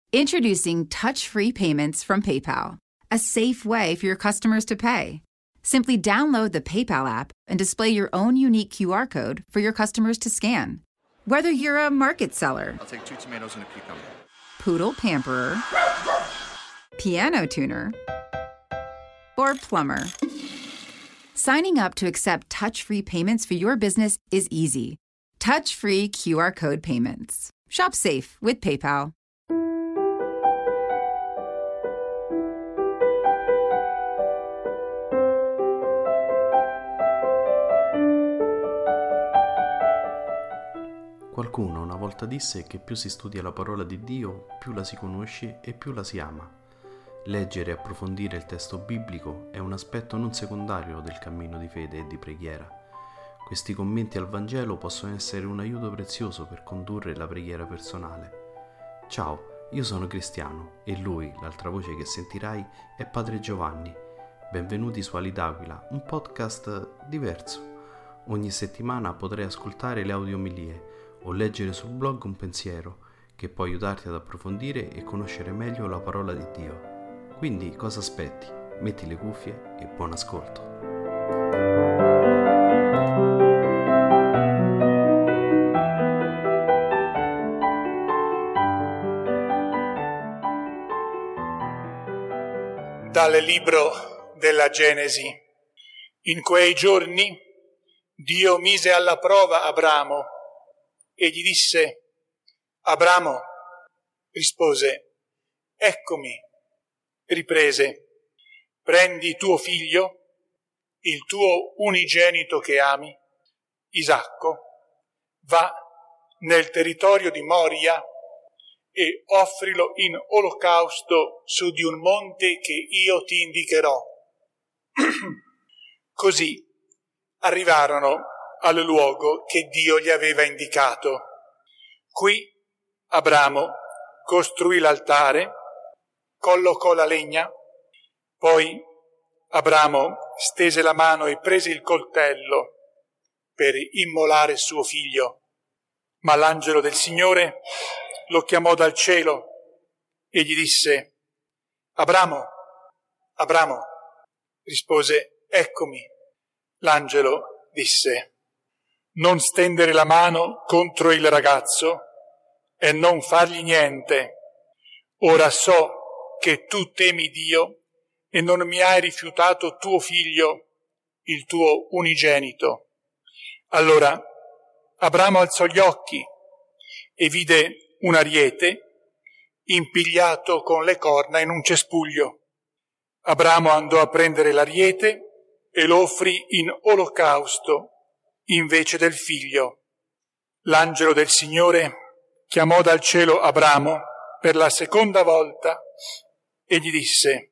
Introducing touch-free payments from PayPal, a safe way for your customers to pay. Simply download the PayPal app and display your own unique QR code for your customers to scan. Whether you're a market seller, I'll take 2 tomatoes and a cucumber. poodle pamperer, piano tuner, or plumber, signing up to accept touch-free payments for your business is easy. Touch-free QR code payments. Shop safe with PayPal. Qualcuno una volta disse che più si studia la parola di Dio, più la si conosce e più la si ama. Leggere e approfondire il testo biblico è un aspetto non secondario del cammino di fede e di preghiera. Questi commenti al Vangelo possono essere un aiuto prezioso per condurre la preghiera personale. Ciao, io sono Cristiano e lui, l'altra voce che sentirai, è Padre Giovanni. Benvenuti su Ali d'Aquila, un podcast diverso. Ogni settimana potrai ascoltare le audiomilie o leggere sul blog un pensiero che può aiutarti ad approfondire e conoscere meglio la parola di Dio. Quindi cosa aspetti? Metti le cuffie e buon ascolto. Dal libro della Genesi. In quei giorni Dio mise alla prova Abramo e gli disse: Abramo. Rispose: Eccomi. Riprese: Prendi tuo figlio, il tuo unigenito che ami, Isacco, va nel territorio di Moria e offrilo in olocausto su di un monte che io ti indicherò. Così arrivarono al luogo che Dio gli aveva indicato. Qui Abramo costruì l'altare, collocò la legna, poi Abramo stese la mano e prese il coltello per immolare suo figlio. Ma l'angelo del Signore lo chiamò dal cielo e gli disse: Abramo, Abramo. Rispose: Eccomi. L'angelo disse: Non stendere la mano contro il ragazzo e non fargli niente. Ora so che tu temi Dio e non mi hai rifiutato tuo figlio, il tuo unigenito. Allora Abramo alzò gli occhi e vide un ariete impigliato con le corna in un cespuglio. Abramo andò a prendere l'ariete e lo offrì in olocausto invece del figlio. L'angelo del Signore chiamò dal cielo Abramo per la seconda volta e gli disse: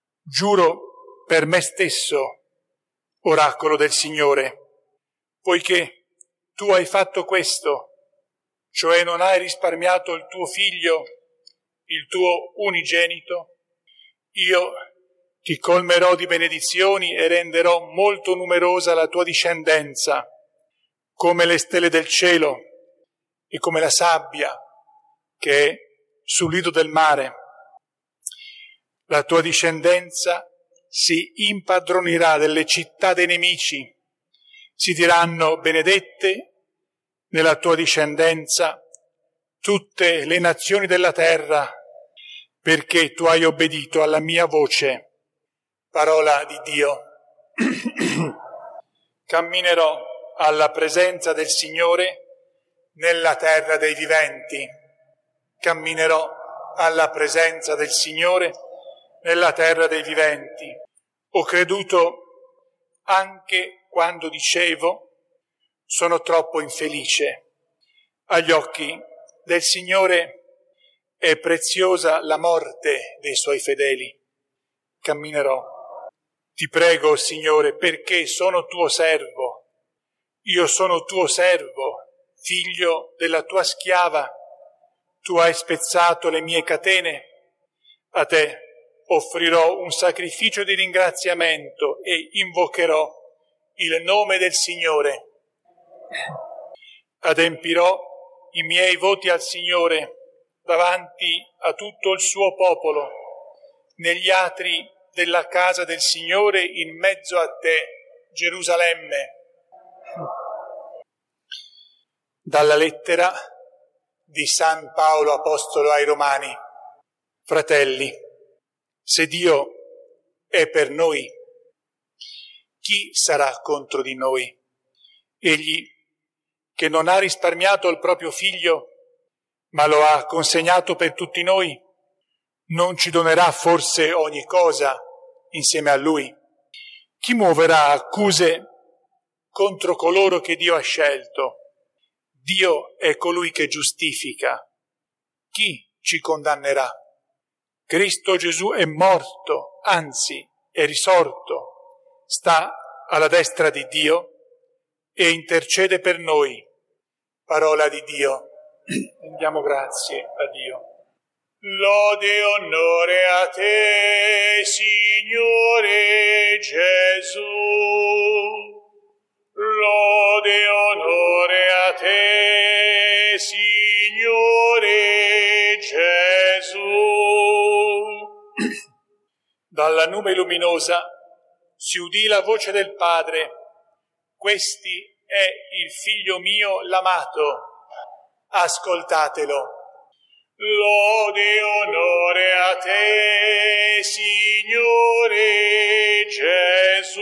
Giuro per me stesso, oracolo del Signore, poiché tu hai fatto questo, cioè non hai risparmiato il tuo figlio, il tuo unigenito, io ti colmerò di benedizioni e renderò molto numerosa la tua discendenza, come le stelle del cielo e come la sabbia che è sul lido del mare. La tua discendenza si impadronirà delle città dei nemici, si diranno benedette nella tua discendenza tutte le nazioni della terra, perché tu hai obbedito alla mia voce. Parola di Dio. Camminerò alla presenza del Signore nella terra dei viventi. Camminerò alla presenza del Signore nella terra dei viventi. Ho creduto anche quando dicevo: sono troppo infelice. Agli occhi del Signore è preziosa la morte dei suoi fedeli. Camminerò. Ti prego, Signore, perché sono tuo servo. Io sono tuo servo, figlio della tua schiava. Tu hai spezzato le mie catene. A te offrirò un sacrificio di ringraziamento e invocherò il nome del Signore. Adempirò i miei voti al Signore, davanti a tutto il suo popolo, negli atri della casa del Signore, in mezzo a te, Gerusalemme. Dalla lettera di San Paolo Apostolo ai Romani. Fratelli, se Dio è per noi, chi sarà contro di noi? Egli, che non ha risparmiato il proprio figlio, ma lo ha consegnato per tutti noi, non ci donerà forse ogni cosa insieme a lui? Chi muoverà accuse contro coloro che Dio ha scelto? Dio è colui che giustifica. Chi ci condannerà? Cristo Gesù è morto, anzi è risorto, sta alla destra di Dio e intercede per noi. Parola di Dio. Rendiamo grazie a Dio. Lode e onore a te, Signore Gesù. Lode e onore a te, Signore Gesù. Dalla nube luminosa si udì la voce del Padre: questi è il figlio mio l'amato, ascoltatelo. Lode e onore a te, Signore Gesù.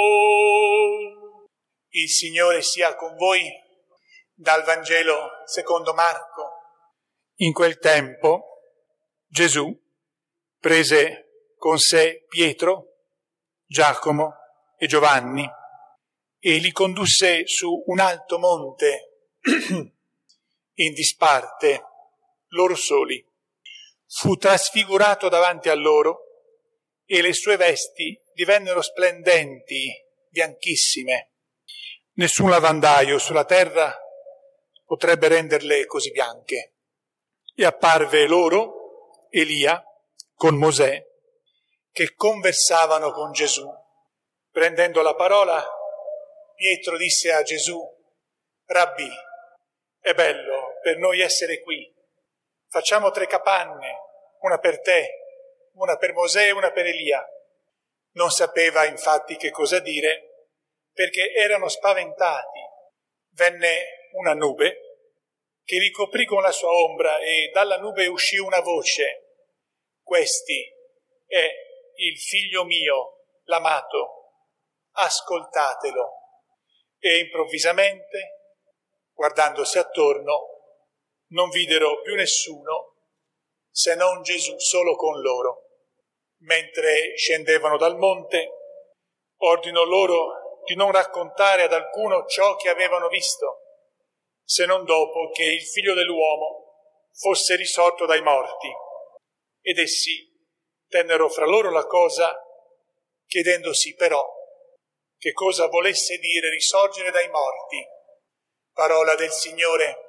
Il Signore sia con voi. Dal Vangelo secondo Marco. In quel tempo Gesù prese con sé Pietro, Giacomo e Giovanni e li condusse su un alto monte in disparte, loro soli. Fu trasfigurato davanti a loro e le sue vesti divennero splendenti, bianchissime. Nessun lavandaio sulla terra potrebbe renderle così bianche. E apparve loro Elia con Mosè, che conversavano con Gesù. Prendendo la parola, Pietro disse a Gesù: Rabbì, è bello per noi essere qui. Facciamo 3 capanne, una per te, una per Mosè e una per Elia. Non sapeva infatti che cosa dire, perché erano spaventati. Venne una nube che li coprì con la sua ombra e dalla nube uscì una voce: questi è il figlio mio, l'amato, ascoltatelo. E improvvisamente, guardandosi attorno, non videro più nessuno se non Gesù solo con loro. Mentre scendevano dal monte, ordinò loro di non raccontare ad alcuno ciò che avevano visto, se non dopo che il figlio dell'uomo fosse risorto dai morti. Ed essi tennero fra loro la cosa, chiedendosi però che cosa volesse dire risorgere dai morti. Parola del Signore.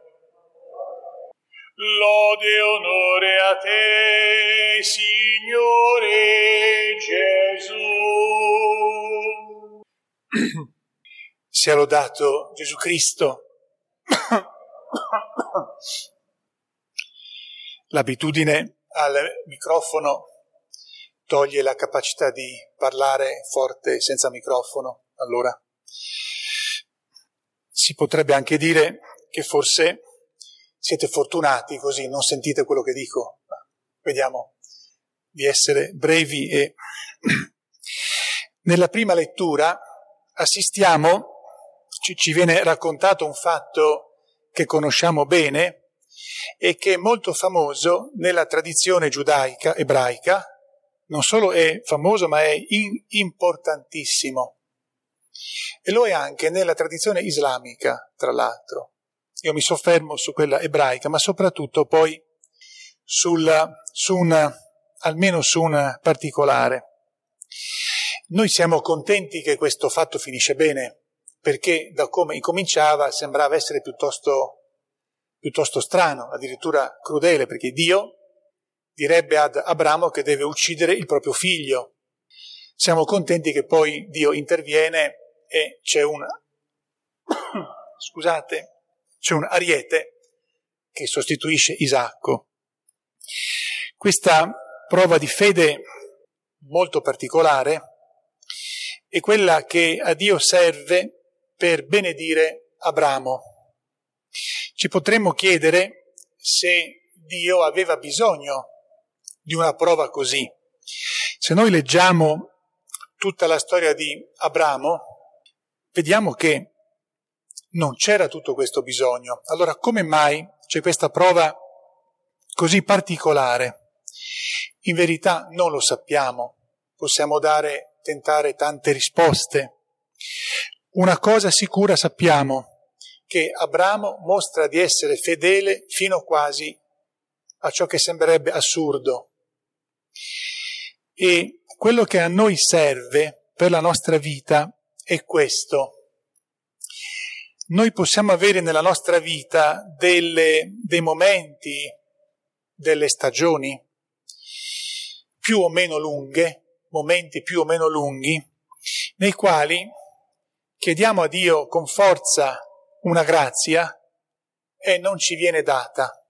Lode e onore a te, Signore Gesù. Sia lodato Gesù Cristo. L'abitudine al microfono toglie la capacità di parlare forte senza microfono. Allora, si potrebbe anche dire che forse siete fortunati così non sentite quello che dico. Vediamo di essere brevi. E nella prima lettura assistiamo, ci viene raccontato un fatto che conosciamo bene e che è molto famoso nella tradizione giudaica, ebraica. Non solo è famoso, ma è importantissimo. E lo è anche nella tradizione islamica, tra l'altro. Io mi soffermo su quella ebraica, ma soprattutto poi almeno su un particolare. Noi siamo contenti che questo fatto finisce bene, perché da come incominciava sembrava essere piuttosto strano, addirittura crudele, perché Dio direbbe ad Abramo che deve uccidere il proprio figlio. Siamo contenti che poi Dio interviene e c'è un ariete che sostituisce Isacco. Questa prova di fede molto particolare è quella che a Dio serve per benedire Abramo. Ci potremmo chiedere se Dio aveva bisogno di una prova così. Se noi leggiamo tutta la storia di Abramo, vediamo che non c'era tutto questo bisogno. Allora, come mai c'è questa prova così particolare? In verità non lo sappiamo. Possiamo tentare tante risposte. Una cosa sicura sappiamo, che Abramo mostra di essere fedele fino quasi a ciò che sembrerebbe assurdo. E quello che a noi serve per la nostra vita è questo. Noi possiamo avere nella nostra vita dei momenti, delle stagioni più o meno lunghe, momenti più o meno lunghi, nei quali chiediamo a Dio con forza una grazia e non ci viene data.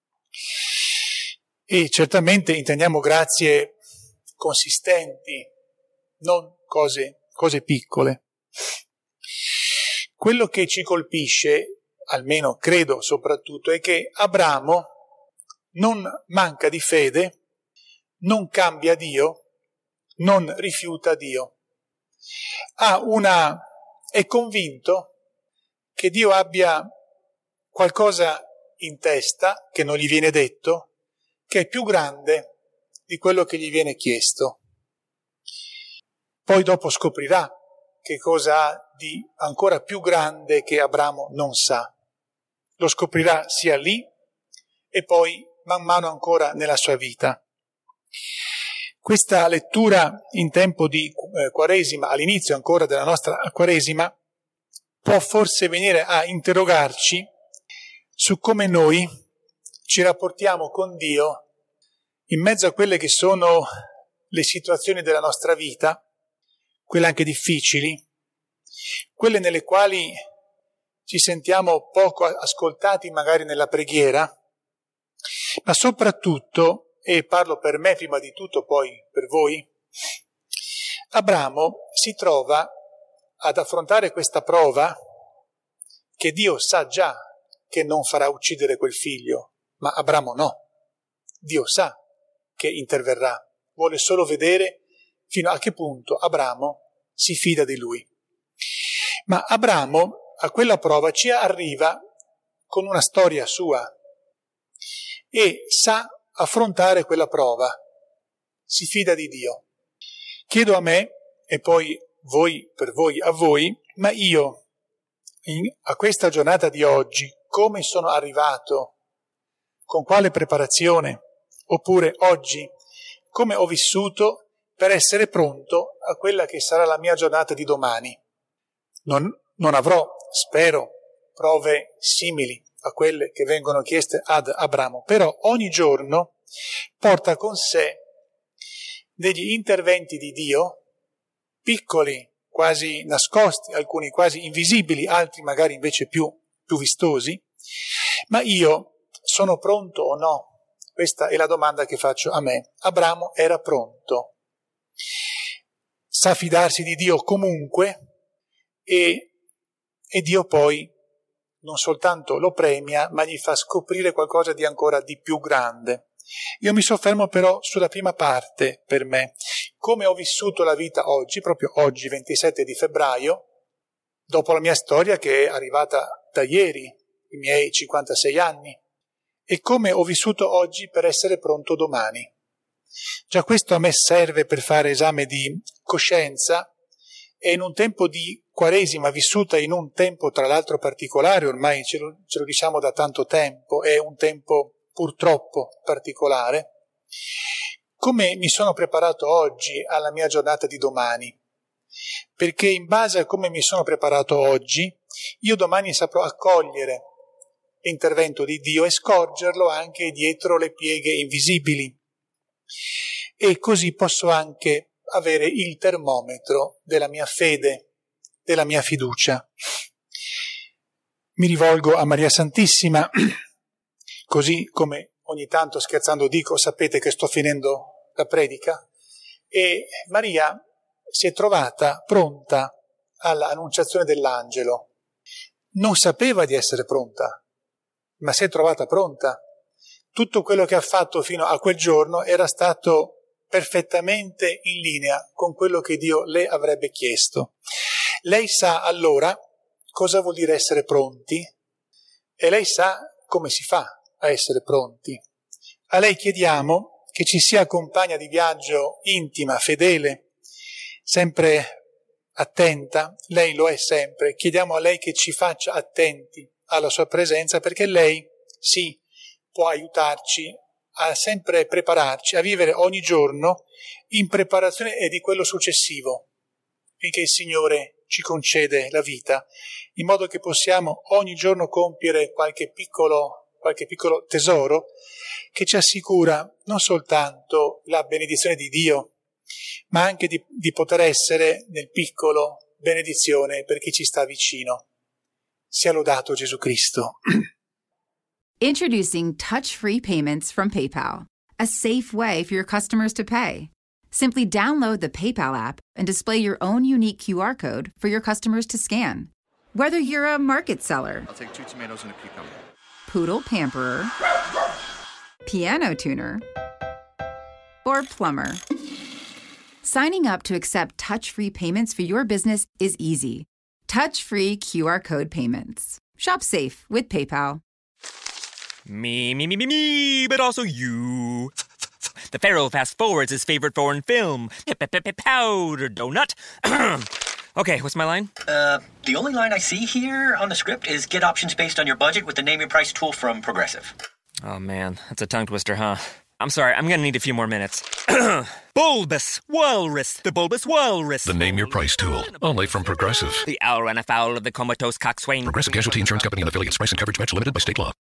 E certamente intendiamo grazie consistenti, non cose piccole. Quello che ci colpisce, almeno credo soprattutto, è che Abramo non manca di fede, non cambia Dio, non rifiuta Dio. È convinto che Dio abbia qualcosa in testa, che non gli viene detto, che è più grande di quello che gli viene chiesto. Poi dopo scoprirà che cosa ha di ancora più grande che Abramo non sa. Lo scoprirà sia lì e poi man mano ancora nella sua vita. Questa lettura in tempo di Quaresima, all'inizio ancora della nostra Quaresima, può forse venire a interrogarci su come noi ci rapportiamo con Dio in mezzo a quelle che sono le situazioni della nostra vita, quelle anche difficili, quelle nelle quali ci sentiamo poco ascoltati magari nella preghiera, ma soprattutto, e parlo per me prima di tutto, poi per voi, Abramo si trova ad affrontare questa prova che Dio sa già che non farà uccidere quel figlio, ma Abramo no. Dio sa che interverrà, vuole solo vedere fino a che punto Abramo si fida di lui. Ma Abramo a quella prova ci arriva con una storia sua e sa affrontare quella prova, si fida di Dio. Chiedo a me, e poi voi per voi a voi, ma io a questa giornata di oggi come sono arrivato, con quale preparazione, oppure oggi come ho vissuto per essere pronto a quella che sarà la mia giornata di domani. Non avrò, spero, prove simili a quelle che vengono chieste ad Abramo, però ogni giorno porta con sé degli interventi di Dio, piccoli, quasi nascosti, alcuni quasi invisibili, altri magari invece più vistosi, ma io sono pronto o no? Questa è la domanda che faccio a me. Abramo era pronto, sa fidarsi di Dio comunque e Dio poi non soltanto lo premia, ma gli fa scoprire qualcosa di ancora di più grande. Io mi soffermo però sulla prima parte per me. Come ho vissuto la vita oggi, proprio oggi, 27 di febbraio, dopo la mia storia che è arrivata da ieri, i miei 56 anni, e come ho vissuto oggi per essere pronto domani. Già questo a me serve per fare esame di coscienza e in un tempo di Quaresima, vissuta in un tempo tra l'altro particolare, ormai ce lo diciamo da tanto tempo, è un tempo purtroppo particolare, come mi sono preparato oggi alla mia giornata di domani? Perché in base a come mi sono preparato oggi, io domani saprò accogliere l'intervento di Dio e scorgerlo anche dietro le pieghe invisibili. E così posso anche avere il termometro della mia fede, della mia fiducia. Mi rivolgo a Maria Santissima, così come ogni tanto scherzando dico, sapete che sto finendo la predica, e Maria si è trovata pronta all'annunciazione dell'angelo. Non sapeva di essere pronta, ma si è trovata pronta. Tutto quello che ha fatto fino a quel giorno era stato perfettamente in linea con quello che Dio le avrebbe chiesto. Lei sa allora cosa vuol dire essere pronti e lei sa come si fa a essere pronti. A lei chiediamo che ci sia compagna di viaggio intima, fedele, sempre attenta. Lei lo è sempre. Chiediamo a lei che ci faccia attenti alla sua presenza, perché lei sì può aiutarci a sempre prepararci, a vivere ogni giorno in preparazione di quello successivo, finché il Signore ci concede la vita, in modo che possiamo ogni giorno compiere qualche piccolo tesoro che ci assicura non soltanto la benedizione di Dio, ma anche di poter essere nel piccolo benedizione per chi ci sta vicino. Sia lodato Gesù Cristo. Introducing touch-free payments from PayPal, a safe way for your customers to pay. Simply download the PayPal app and display your own unique QR code for your customers to scan. Whether you're a market seller, I'll take 2 tomatoes and a cucumber. poodle pamperer, piano tuner, or plumber, signing up to accept touch-free payments for your business is easy. Touch-free QR code payments. Shop safe with PayPal. Me, but also you. The Pharaoh fast forwards his favorite foreign film, Powder Donut. Okay, what's my line? The only line I see here on the script is get options based on your budget with the Name Your Price tool from Progressive. Oh man, that's a tongue twister, huh? I'm sorry, I'm gonna need a few more minutes. Bulbous Walrus, the Bulbous Walrus. The Name Your Price tool, only from Progressive. The owl ran afoul of the comatose coxswain. Progressive Casualty Insurance Company and affiliates. Price and coverage match limited by state law.